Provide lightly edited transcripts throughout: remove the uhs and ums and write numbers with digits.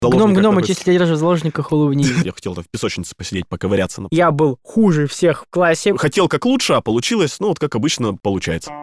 Гном, если держишь в заложниках, улыбнись. Я хотел в песочнице посидеть, поковыряться. Я был хуже всех в классе. Хотел как лучше, а получилось, вот как обычно получается.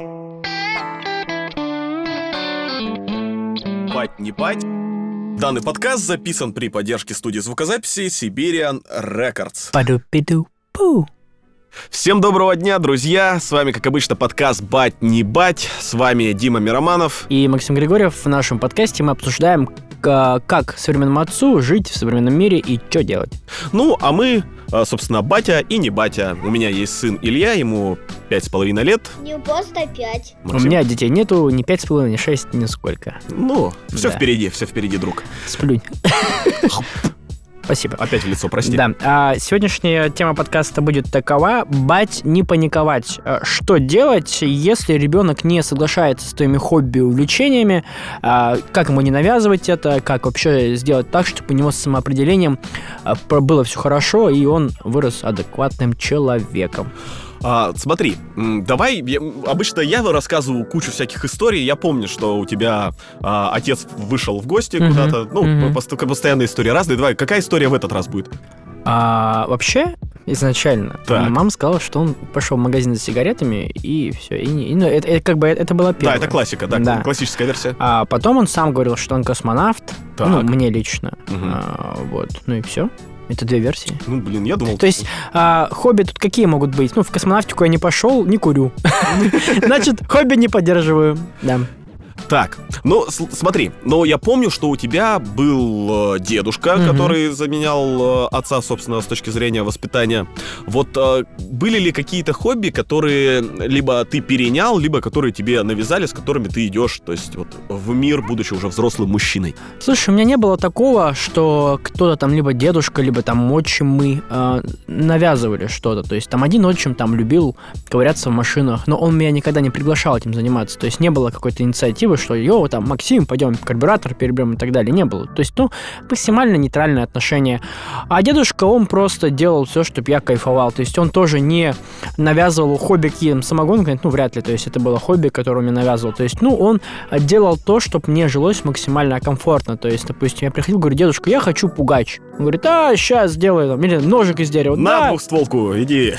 Бать не бать. Данный подкаст записан при поддержке студии звукозаписи Siberian Records. Паду-пиду-пу. Всем доброго дня, друзья! С вами, как обычно, подкаст «Бать не бать». С вами Дима Мироманов и Максим Григорьев. В нашем подкасте мы обсуждаем, как современному отцу жить в современном мире и что делать. Ну, а мы, собственно, батя и не батя. У меня есть сын Илья, ему 5,5 лет. Не просто 5. Максим? У меня детей нету, ни 5,5, ни 6, ни сколько. Ну, все впереди, друг. Сплюнь. Спасибо. Опять в лицо, прости. Да. Сегодняшняя тема подкаста будет такова: бать, не паниковать. Что делать, если ребенок не соглашается с твоими хобби и увлечениями? Как ему не навязывать это? Как вообще сделать так, чтобы у него с самоопределением было все хорошо, и он вырос адекватным человеком? Смотри, давай, обычно я рассказываю кучу всяких историй. Я помню, что у тебя отец вышел в гости куда-то. Постоянная история разная. Давай, какая история в этот раз будет? Вообще, изначально, мама сказала, что он пошел в магазин за сигаретами, и все. Это была первая. Да, это классика, да. Классическая версия. А потом он сам говорил, что он космонавт. Так. Мне лично. Ну и все. Это две версии. Я думал... То есть хобби тут какие могут быть? В космонавтику я не пошел, не курю. Значит, хобби не поддерживаю. Да. Так, смотри, я помню, что у тебя был дедушка, который заменял отца, собственно, с точки зрения воспитания. Вот были ли какие-то хобби, которые либо ты перенял, либо которые тебе навязали, с которыми ты идешь, то есть вот в мир, будучи уже взрослым мужчиной? Слушай, у меня не было такого, что кто-то там, либо дедушка, либо там отчимы навязывали что-то. То есть там один отчим там любил ковыряться в машинах, но он меня никогда не приглашал этим заниматься. То есть не было какой-то инициативы, что Максим, пойдем карбюратор переберем и так далее. Не было. То есть, максимально нейтральное отношение. А дедушка, он просто делал все, чтобы я кайфовал. То есть, он тоже не навязывал хобби каким самогонкой, вряд ли. То есть, это было хобби, которое он мне навязывал. То есть, он делал то, чтобы мне жилось максимально комфортно. То есть, допустим, я приходил, говорю: дедушка, я хочу пугач. Он говорит: сейчас сделаю. Или ножик из дерева. На двухстволку, иди.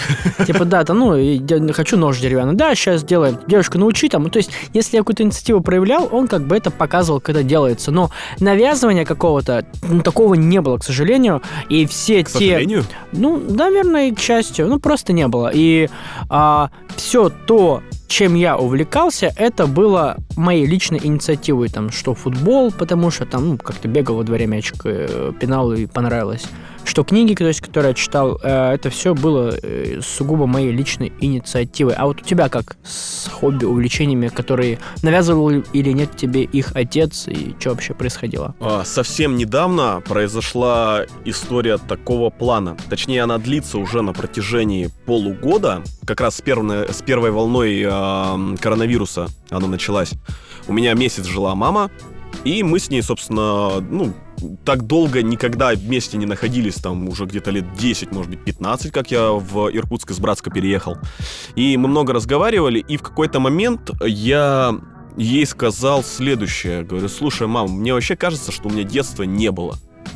Хочу нож деревянный. Да, сейчас сделаем. Девушка, научи там. То есть, если я какую-то инициативу проявлял, он как бы это показывал, как это делается. Но навязывания какого-то, такого не было, к сожалению. И все к сожалению? Наверное, к счастью. Просто не было. И все то, чем я увлекался, это было моей личной инициативой. Что футбол, потому что как-то бегал во дворе, мячик пинал и понравилось. Что книги, которые я читал, это все было сугубо моей личной инициативой. А вот у тебя как с хобби, увлечениями, которые навязывал или нет тебе их отец, и что вообще происходило? Совсем недавно произошла история такого плана. Точнее, она длится уже на протяжении полугода. Как раз с первой волной коронавируса она началась. У меня месяц жила мама, и мы с ней, собственно, так долго никогда вместе не находились, уже где-то лет 10, может быть, 15, как я в Иркутск из Братска переехал. И мы много разговаривали, и в какой-то момент я ей сказал следующее. Говорю: слушай, мам, мне вообще кажется, что у меня детства не было.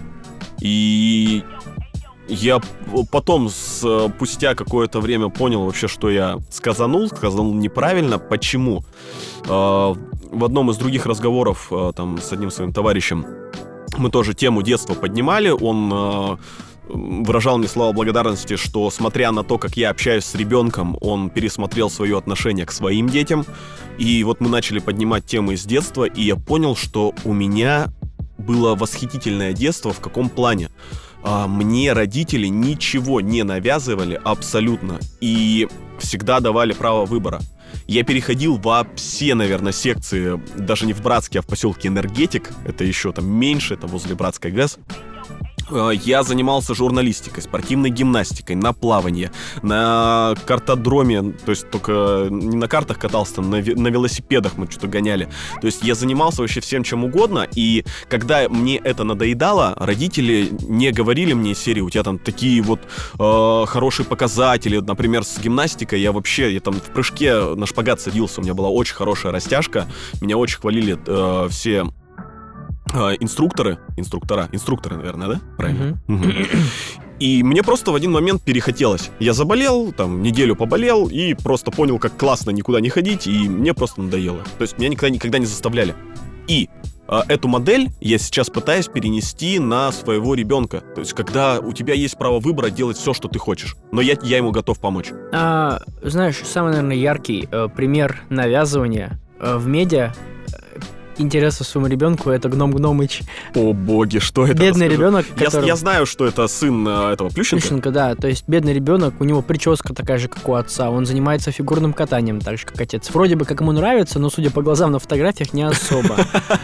И я потом, спустя какое-то время, понял вообще, что я сказанул неправильно. Почему? В одном из других разговоров с одним своим товарищем мы тоже тему детства поднимали. Он выражал мне слова благодарности, что, смотря на то, как я общаюсь с ребенком, он пересмотрел свое отношение к своим детям. И вот мы начали поднимать темы из детства, и я понял, что у меня было восхитительное детство. В каком плане? Мне родители ничего не навязывали абсолютно и всегда давали право выбора. Я переходил во все, наверное, секции, даже не в Братске, а в поселке Энергетик. Это еще меньше, это возле Братской ГЭС. Я занимался журналистикой, спортивной гимнастикой, на плавании, на картодроме, то есть только не на картах катался, на велосипедах мы что-то гоняли. То есть я занимался вообще всем, чем угодно, и когда мне это надоедало, родители не говорили мне из серии: у тебя такие хорошие показатели. Например, с гимнастикой я в прыжке на шпагат садился, у меня была очень хорошая растяжка, меня очень хвалили все инструкторы, наверное, да? Правильно. И мне просто в один момент перехотелось. Я заболел, там, неделю поболел и просто понял, как классно никуда не ходить, и мне просто надоело. То есть меня никогда не заставляли. И эту модель я сейчас пытаюсь перенести на своего ребенка. То есть когда у тебя есть право выбора делать все, что ты хочешь. Но я ему готов помочь. Знаешь, самый, наверное, яркий пример навязывания в медиа интересов своему ребенку — это Гном Гномыч. О боги, что это? Бедный ребенок, который... Я знаю, что это сын этого Плющенко. Плющенко, да. То есть бедный ребенок, у него прическа такая же, как у отца. Он занимается фигурным катанием, так же, как отец. Вроде бы как ему нравится, но, судя по глазам на фотографиях, не особо.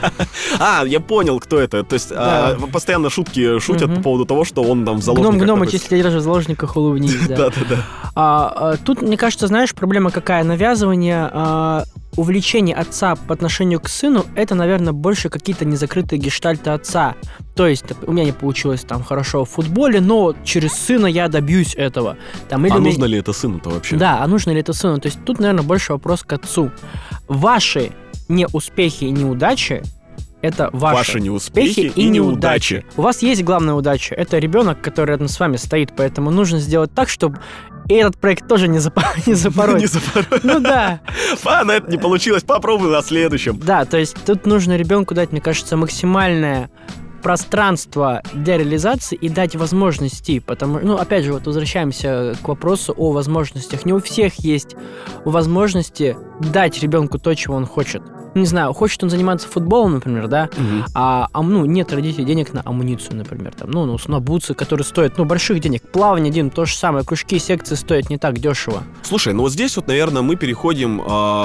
Я понял, кто это. То есть постоянно шутки шутят по поводу того, что он там в заложниках. Гном Гномыч, если ты держишь в заложниках, улыбнись. Да. Тут, мне кажется, знаешь, проблема какая? Навязывание... Увлечение отца по отношению к сыну — это, наверное, больше какие-то незакрытые гештальты отца. То есть у меня не получилось там хорошо в футболе, но через сына я добьюсь этого. Нужно ли это сыну-то вообще? Да, нужно ли это сыну? То есть тут, наверное, больше вопрос к отцу. Ваши неуспехи и неудачи — это ваши неуспехи и неудачи. У вас есть главная удача. Это ребенок, который рядом с вами стоит, поэтому нужно сделать так, чтобы и этот проект тоже не запороть. Не запороть. Ну да. На это не получилось, попробуй на следующем. Да, то есть тут нужно ребенку дать, мне кажется, максимальное пространство для реализации и дать возможности, потому, опять же, вот возвращаемся к вопросу о возможностях. Не у всех есть возможности дать ребенку то, чего он хочет. Не знаю, хочет он заниматься футболом, например, да, нет родителей денег на амуницию, например, там, на бутсы, которые стоят, больших денег. Плавание один, то же самое, кружки, секции стоят не так дешево. Слушай, вот здесь вот, наверное, мы переходим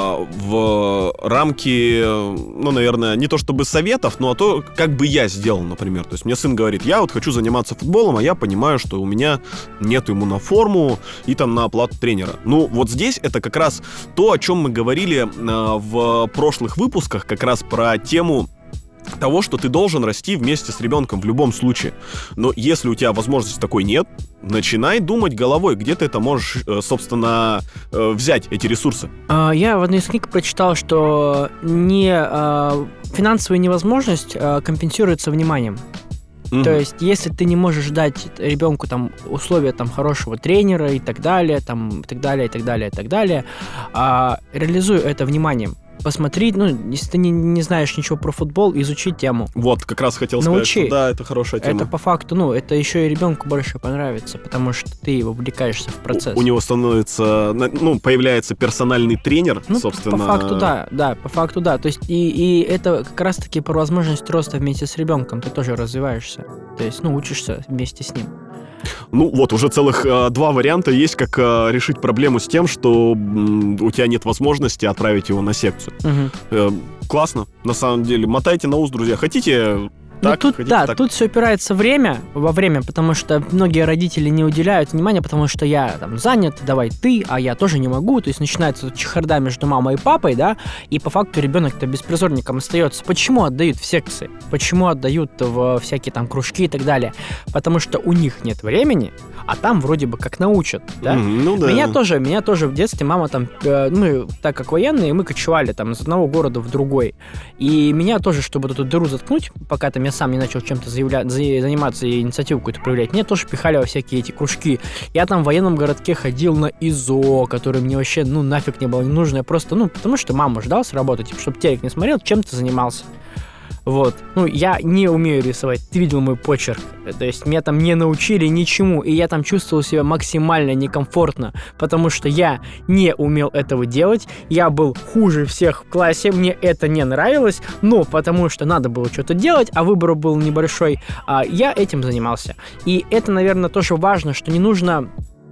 в рамки, наверное, не то чтобы советов, но то, как бы я сделал, например. То есть мне сын говорит, я вот хочу заниматься футболом, а я понимаю, что у меня нет ему на форму и там на оплату тренера. Вот здесь это как раз то, о чем мы говорили в прошлых выпусках, как раз про тему того, что ты должен расти вместе с ребенком в любом случае. Но если у тебя возможности такой нет, начинай думать головой, где ты это можешь, собственно, взять, эти ресурсы. Я в одной из книг прочитал, что финансовая невозможность компенсируется вниманием. То есть, если ты не можешь дать ребенку условия хорошего тренера и так далее, реализуй это вниманием. Посмотри, если ты не знаешь ничего про футбол, изучи тему. Вот, как раз хотел сказать, что да, это хорошая тема. Это по факту, это еще и ребенку больше понравится, потому что ты вовлекаешься в процесс. У него становится, появляется персональный тренер, собственно. По факту, да, по факту, да. То есть, и это как раз-таки про возможность роста вместе с ребенком. Ты тоже развиваешься, то есть, учишься вместе с ним. Уже целых 2 варианта есть, как решить проблему с тем, что у тебя нет возможности отправить его на секцию. Классно, на самом деле. Мотайте на ус, друзья. Хотите... Тут все упирается во время, потому что многие родители не уделяют внимания, потому что я занят, давай ты, а я тоже не могу. То есть начинается чехарда между мамой и папой, да, и по факту ребенок-то беспризорником остается. Почему отдают в секции? Почему отдают в всякие кружки и так далее? Потому что у них нет времени, а там вроде бы как научат, да? Да. Меня тоже в детстве мама мы, так как военные, мы кочевали из одного города в другой. И меня тоже, чтобы эту дыру заткнуть, пока я сам не начал чем-то заниматься и инициативу какую-то проявлять, меня тоже пихали во всякие эти кружки. Я в военном городке ходил на ИЗО, который мне вообще, нафиг не было не нужно. Я просто, потому что мама ждала с работы, чтобы телек не смотрел, чем-то занимался. Вот. Я не умею рисовать. Ты видел мой почерк. То есть меня не научили ничему, и я чувствовал себя максимально некомфортно, потому что я не умел этого делать. Я был хуже всех в классе, мне это не нравилось, но потому что надо было что-то делать, а выбор был небольшой, я этим занимался. И это, наверное, тоже важно, что не нужно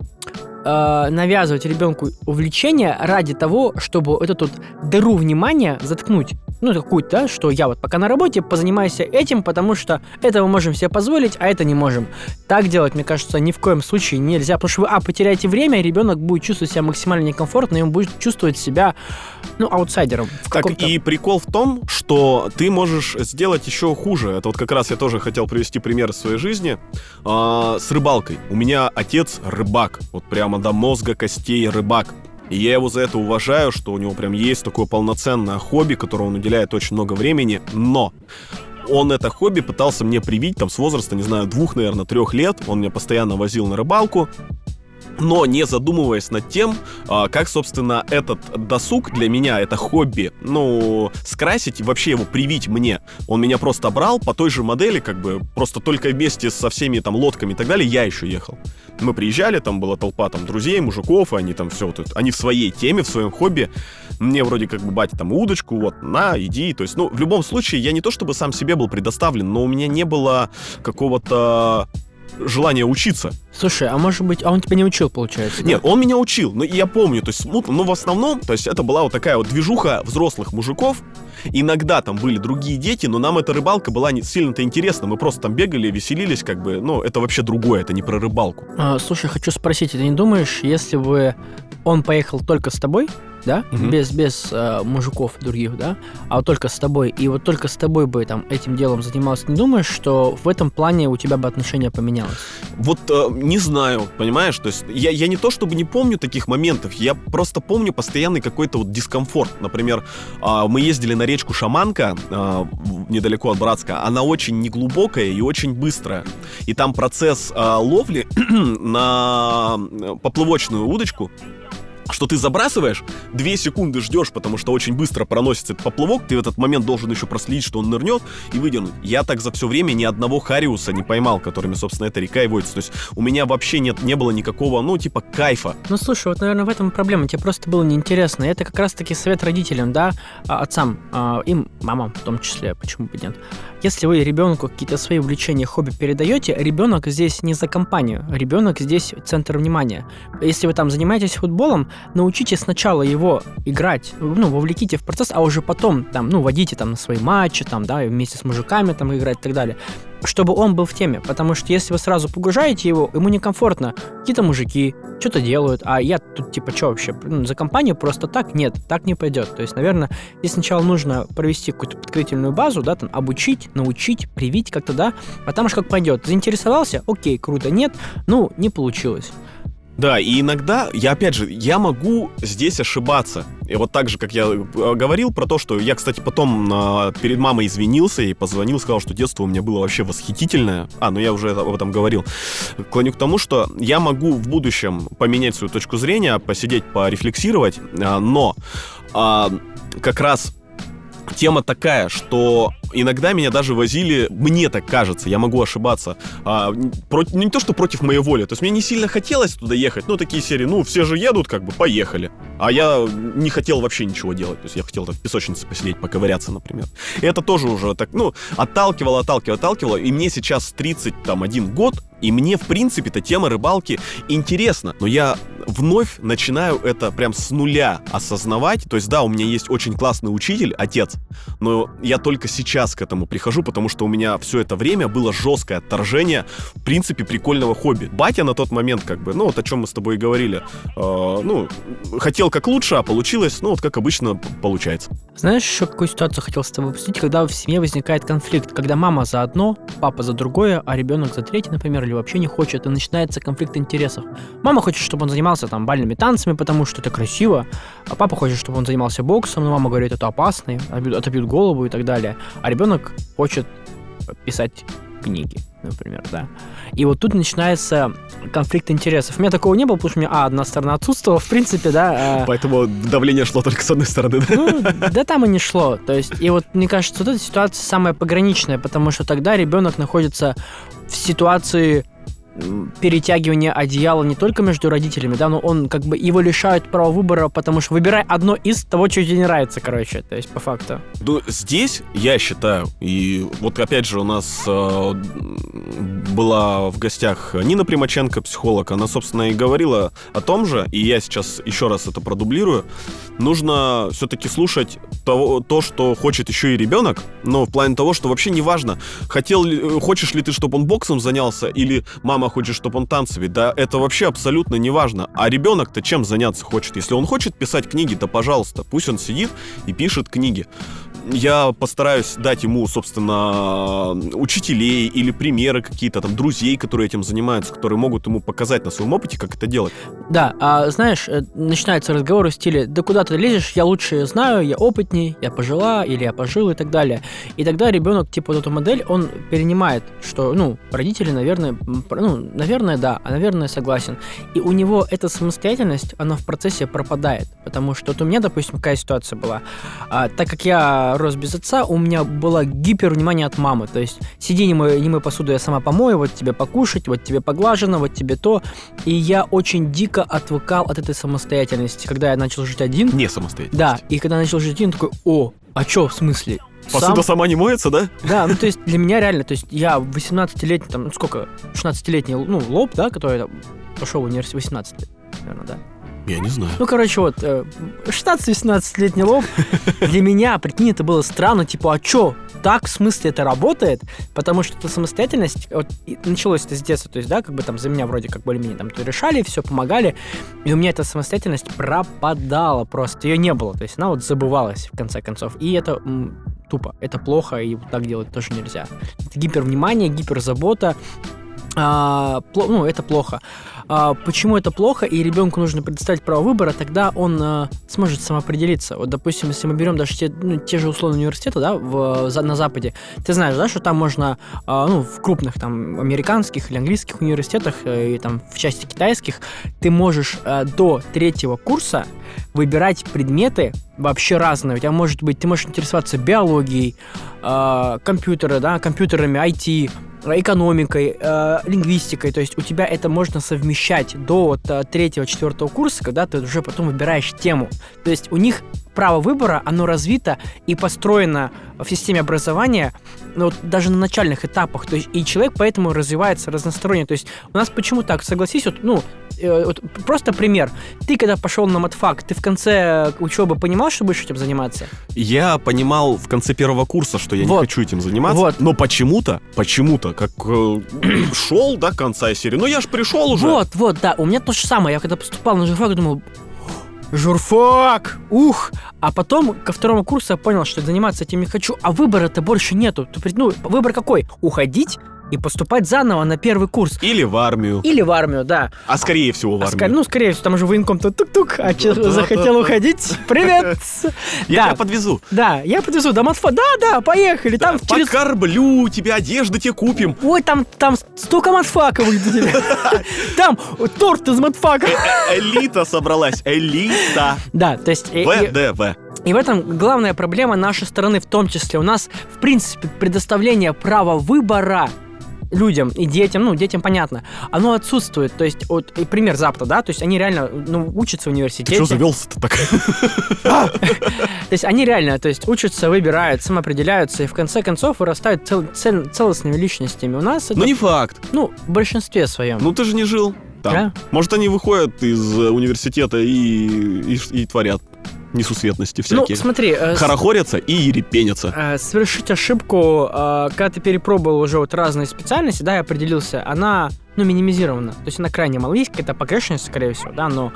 навязывать ребенку увлечение ради того, чтобы эту дыру внимания заткнуть. Какую-то, что я пока на работе позанимаюсь этим, потому что это мы можем себе позволить, а это не можем. Так делать, мне кажется, ни в коем случае нельзя, потому что вы, потеряете время, и ребенок будет чувствовать себя максимально некомфортно, и он будет чувствовать себя, аутсайдером. И прикол в том, что ты можешь сделать еще хуже. Это как раз я тоже хотел привести пример из своей жизни с рыбалкой. У меня отец рыбак, прямо до мозга костей рыбак. И я его за это уважаю, что у него прям есть такое полноценное хобби, которому он уделяет очень много времени. Но он это хобби пытался мне привить там с возраста, не знаю, 2, наверное, 3 лет. Он меня постоянно возил на рыбалку, но не задумываясь над тем, как, собственно, этот досуг для меня, это хобби, скрасить и вообще его привить мне. Он меня просто брал по той же модели, как бы, просто только вместе со всеми там лодками и так далее я еще ехал. Мы приезжали, там была толпа там друзей, мужиков, и они там все, они в своей теме, в своем хобби. Мне вроде как бы батя там удочку, вот, на, иди. То есть, в любом случае, я не то чтобы сам себе был предоставлен, но у меня не было какого-то желание учиться. Слушай, а может быть, он тебя не учил, получается? Нет, он меня учил, но я помню, то есть смутно, но в основном, то есть это была вот такая вот движуха взрослых мужиков. Иногда там были другие дети, но нам эта рыбалка была не сильно-то интересна. Мы просто там бегали, веселились, как бы, это вообще другое, это не про рыбалку. Слушай, хочу спросить, ты не думаешь, если бы он поехал только с тобой, да, без мужиков других, да, а вот только с тобой, и вот только с тобой бы там этим делом занимался, не думаешь, что в этом плане у тебя бы отношение поменялось? Вот не знаю, понимаешь, то есть я не то чтобы не помню таких моментов, я просто помню постоянный какой-то вот дискомфорт. Например, мы ездили на речку Шаманка, недалеко от Братска, она очень неглубокая и очень быстрая, и там процесс ловли на поплавочную удочку, что ты забрасываешь, 2 секунды ждешь, потому что очень быстро проносится этот поплавок, ты в этот момент должен еще проследить, что он нырнет, и выдернуть. Я так за все время ни одного хариуса не поймал, которыми, собственно, эта река и водится. То есть у меня вообще не было никакого, кайфа. Слушай, вот, наверное, в этом проблема. Тебе просто было неинтересно. Это как раз-таки совет родителям, да, отцам, им, мамам в том числе, почему бы нет. Если вы ребенку какие-то свои увлечения, хобби передаете, ребенок здесь не за компанию, ребенок здесь центр внимания. Если вы там занимаетесь футболом, научите сначала его играть, вовлеките в процесс, а уже потом водите на свои матчи, вместе с мужиками играть и так далее, чтобы он был в теме, потому что если вы сразу погружаете его, ему некомфортно, какие-то мужики что-то делают, а я тут что вообще, за компанию просто так? Нет, так не пойдет. То есть, наверное, здесь сначала нужно провести какую-то подготовительную базу, обучить, научить, привить как-то, да, а там уж как пойдет. Заинтересовался? Окей, круто. Нет? Не получилось. Да, и иногда, я могу здесь ошибаться. И вот так же, как я говорил про то, что я, кстати, потом перед мамой извинился и позвонил, сказал, что детство у меня было вообще восхитительное. Я уже об этом говорил. Клоню к тому, что я могу в будущем поменять свою точку зрения, посидеть, порефлексировать, но как раз тема такая, что иногда меня даже возили, мне так кажется, я могу ошибаться, не то, что против моей воли, то есть мне не сильно хотелось туда ехать, такие серии, все же едут, поехали, а я не хотел вообще ничего делать, то есть я хотел в песочнице посидеть, поковыряться, например. И это тоже уже так, отталкивало, и мне сейчас 31 год, и мне, в принципе, эта тема рыбалки интересна, но я вновь начинаю это прям с нуля осознавать, то есть да, у меня есть очень классный учитель, отец, но я только сейчас к этому прихожу, потому что у меня все это время было жесткое отторжение, в принципе, прикольного хобби. Батя на тот момент, вот о чем мы с тобой и говорили, хотел как лучше, а получилось, как обычно получается. Знаешь, еще какую ситуацию хотел с тобой обсудить, когда в семье возникает конфликт, когда мама за одно, папа за другое, а ребенок за третье, например, или вообще не хочет, и начинается конфликт интересов. Мама хочет, чтобы он занимался бальными танцами, потому что это красиво, а папа хочет, чтобы он занимался боксом, но мама говорит, это опасно, отобьют голову и так далее. А ребенок хочет писать книги, например, да. И вот тут начинается конфликт интересов. У меня такого не было, потому что у меня, одна сторона отсутствовала, в принципе, да. Поэтому давление шло только с одной стороны, да? Да там и не шло. То есть, и вот, мне кажется, вот эта ситуация самая пограничная, потому что тогда ребенок находится в ситуации перетягивание одеяла не только между родителями, да, но он его лишают права выбора, потому что выбирай одно из того, что тебе не нравится, то есть по факту. Здесь, я считаю, и вот опять же у нас была в гостях Нина Примаченко, психолог, она, собственно, и говорила о том же, и я сейчас еще раз это продублирую, нужно все-таки слушать то, что хочет еще и ребенок, но в плане того, что вообще не важно, хочешь ли ты, чтобы он боксом занялся, или мама мама хочет, чтобы он танцевал. Да это вообще абсолютно не важно. А ребенок-то чем заняться хочет? Если он хочет писать книги, да пожалуйста, пусть он сидит и пишет книги. Я постараюсь дать ему, собственно, учителей или примеры какие-то, там, друзей, которые этим занимаются, которые могут ему показать на своем опыте, как это делать. Да, а знаешь, начинается разговор в стиле: да куда ты лезешь, я лучше знаю, я опытней, я пожила или я пожил и так далее. И тогда ребенок, типа, вот эту модель, он перенимает, что, родители, наверное, да, а наверное, согласен. И у него эта самостоятельность, она в процессе пропадает. Потому что вот у меня, допустим, какая ситуация была. Так как я рос без отца, у меня было гипервнимание от мамы. То есть сиди, не мой посуду, я сама помою, вот тебе покушать, вот тебе поглажено, вот тебе то. И я очень дико отвыкал от этой самостоятельности, когда я начал жить один. Не самостоятельность. Да, и когда я начал жить один, такой: а чё, в смысле? Посуда сама не моется, да? Да, то есть для меня реально, то есть я 18-летний, 16-летний, лоб, да, который пошел в университет, 18 лет, наверное, да. Я не знаю. 16-18-летний лоб. Для меня, прикинь, это было странно. Типа, а чё? Так, в смысле, это работает? Потому что эта самостоятельность, началось это с детства, то есть, да, как бы там за меня вроде как более-менее там решали, все помогали, и у меня эта самостоятельность пропадала просто, ее не было, то есть она забывалась в конце концов, и это тупо, это плохо, и так делать тоже нельзя. Это гипервнимание, гиперзабота, это плохо. Почему это плохо, и ребенку нужно предоставить право выбора, тогда он сможет самоопределиться. Вот, допустим, если мы берем даже те же условные университеты, да, на Западе, ты знаешь, да, что там можно, в крупных там американских или английских университетах, и там в части китайских, ты можешь до 3-го курса выбирать предметы вообще разные. У тебя может быть, ты можешь интересоваться биологией, компьютерами, IT, экономикой, лингвистикой, то есть у тебя это можно совмещать до 3-4 курса, когда ты уже потом выбираешь тему. То есть у них право выбора, оно развито и построено в системе образования, даже на начальных этапах. То есть и человек поэтому развивается разносторонне. То есть у нас почему так? Согласись, просто пример. Ты когда пошел на матфак, ты в конце учебы понимал, что будешь этим заниматься? Я понимал в конце 1-го курса, что я не хочу этим заниматься, но почему-то, как шел до конца серии, я ж пришел уже. Да, у меня то же самое. Я когда поступал на журфак, думал: журфак! А потом ко 2-му курсу я понял, что заниматься этим не хочу, а выбора-то больше нету. Выбор какой? Уходить и поступать заново на 1-й курс. Или в армию. Да. А скорее всего в армию. Скорее всего, там же военком-то тук-тук, захотел уходить. Привет! Я тебя подвезу. Да, я подвезу до матфака. Да, поехали. Там покорблю тебя, одежду тебе купим. Ой, там столько матфаков выделили. Там торт из матфака. Элита собралась, элита. Да, то есть... ВДВ. И в этом главная проблема нашей стороны, в том числе. У нас, в принципе, предоставление права выбора людям и детям, детям понятно, оно отсутствует. То есть, и пример Запада, да, то есть они реально, учатся в университете. Ты что завелся-то так? То есть они реально, учатся, выбирают, самоопределяются и в конце концов вырастают целостными личностями. У нас это... не факт. В большинстве своем. Ты же не жил там. Да? Может, они выходят из университета и творят несусветности всякие. Смотри... хорохорятся и ерепенятся. Совершить ошибку, когда ты перепробовал уже разные специальности, да, и определился, она, минимизирована. То есть она крайне мала. Есть какая-то погрешность, скорее всего, да, но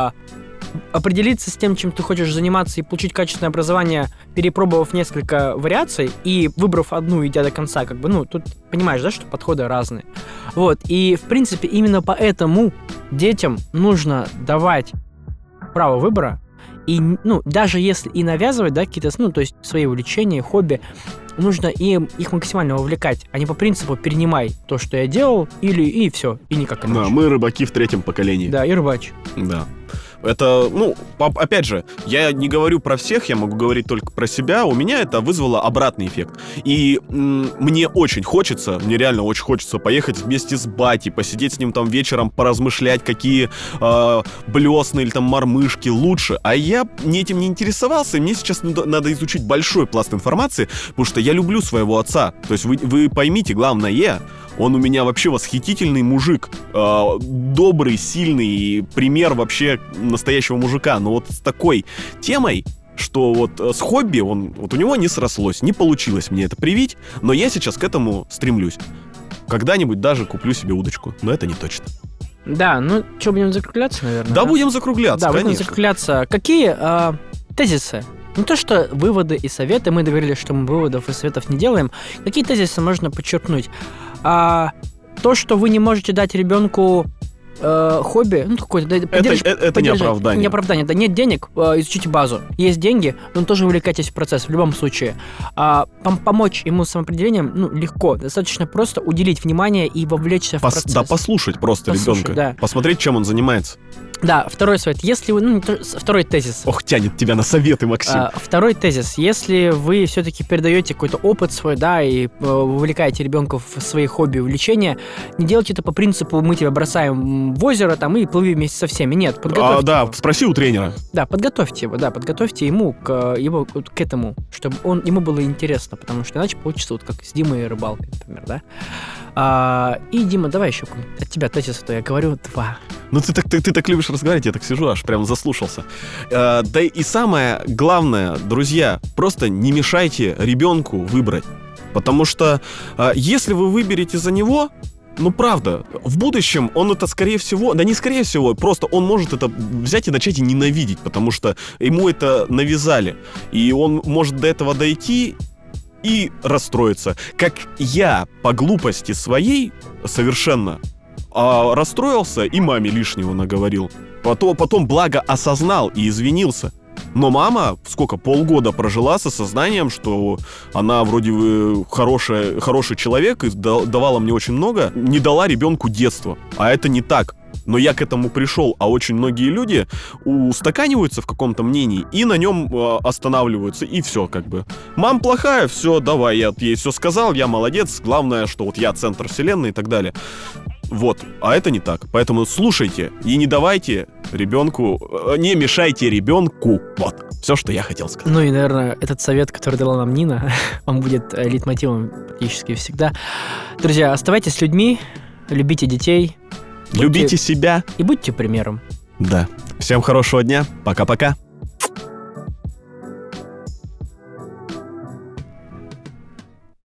определиться с тем, чем ты хочешь заниматься и получить качественное образование, перепробовав несколько вариаций и выбрав одну, идя до конца, тут понимаешь, да, что подходы разные. И, в принципе, именно поэтому детям нужно давать право выбора. И, даже если и навязывать, да, какие-то, то есть свои увлечения, хобби, нужно им их максимально вовлекать, а не по принципу перенимай то, что я делал, и все, и никак иначе. Да, мы рыбаки в 3-м поколении. Да, и рыбач. Да. Это, опять же, я не говорю про всех, я могу говорить только про себя. У меня это вызвало обратный эффект. И мне реально очень хочется поехать вместе с батей, посидеть с ним там вечером, поразмышлять, какие блесны или там мормышки лучше. А я этим не интересовался, и мне сейчас надо изучить большой пласт информации, потому что я люблю своего отца. То есть вы поймите, главное, он у меня вообще восхитительный мужик, добрый, сильный, пример вообще настоящего мужика. Но с такой темой, что с хобби у него не срослось, не получилось мне это привить, но я сейчас к этому стремлюсь. Когда-нибудь даже куплю себе удочку, но это не точно. Да, ну что, будем закругляться, наверное? Да, будем закругляться, да, конечно. будем закругляться. Какие тезисы? Не то, что выводы и советы, мы договорились, что мы выводов и советов не делаем. Какие тезисы можно подчеркнуть? То, что вы не можете дать ребенку хобби, ну, какое-то... Это не оправдание. Не оправдание, да, нет денег, изучите базу. Есть деньги, но тоже увлекайтесь в процесс в любом случае. Помочь ему с самоопределением, ну, легко, достаточно просто уделить внимание и вовлечься в процесс. Да, послушать просто ребенка, да. Посмотреть, чем он занимается. Да, второй совет. Если вы... второй тезис. Ох, тянет тебя на советы, Максим. Второй тезис. Если вы все-таки передаете какой-то опыт свой, да, и вовлекаете ребенка в свои хобби и увлечения, не делайте это по принципу «мы тебя бросаем в озеро там и плыви вместе со всеми». Нет, подготовьте да, его. Спроси у тренера. Да, подготовьте ему к этому, чтобы ему было интересно, потому что иначе получится вот как с Димой и рыбалкой, например, да. И, Дима, давай еще от тебя тезис, то я говорю 2. Ну, ты так любишь разговаривать, я так сижу, аж прям заслушался. Да и самое главное, друзья, просто не мешайте ребенку выбрать. Потому что если вы выберете за него, ну, правда, в будущем он это, скорее всего, да не скорее всего, просто он может это взять и начать и ненавидеть, потому что ему это навязали. И он может до этого дойти и расстроиться. Как я по глупости своей совершенно расстроился и маме лишнего наговорил. Потом благо осознал и извинился. Но мама, полгода прожила с осознанием, что она вроде бы хороший человек и давала мне очень много, не дала ребенку детства. А это не так. Но я к этому пришел, а очень многие люди устаканиваются в каком-то мнении и на нем останавливаются, и все как бы. Мама плохая, все, давай, я ей все сказал, я молодец, главное, что вот я центр вселенной и так далее. Вот, а это не так. Поэтому слушайте и не давайте ребенку, не мешайте ребенку. Вот, все, что я хотел сказать. Ну и, наверное, этот совет, который дала нам Нина, он будет лейтмотивом практически всегда. Друзья, оставайтесь с людьми, любите детей. Любите себя. И будьте примером. Да. Всем хорошего дня. Пока-пока.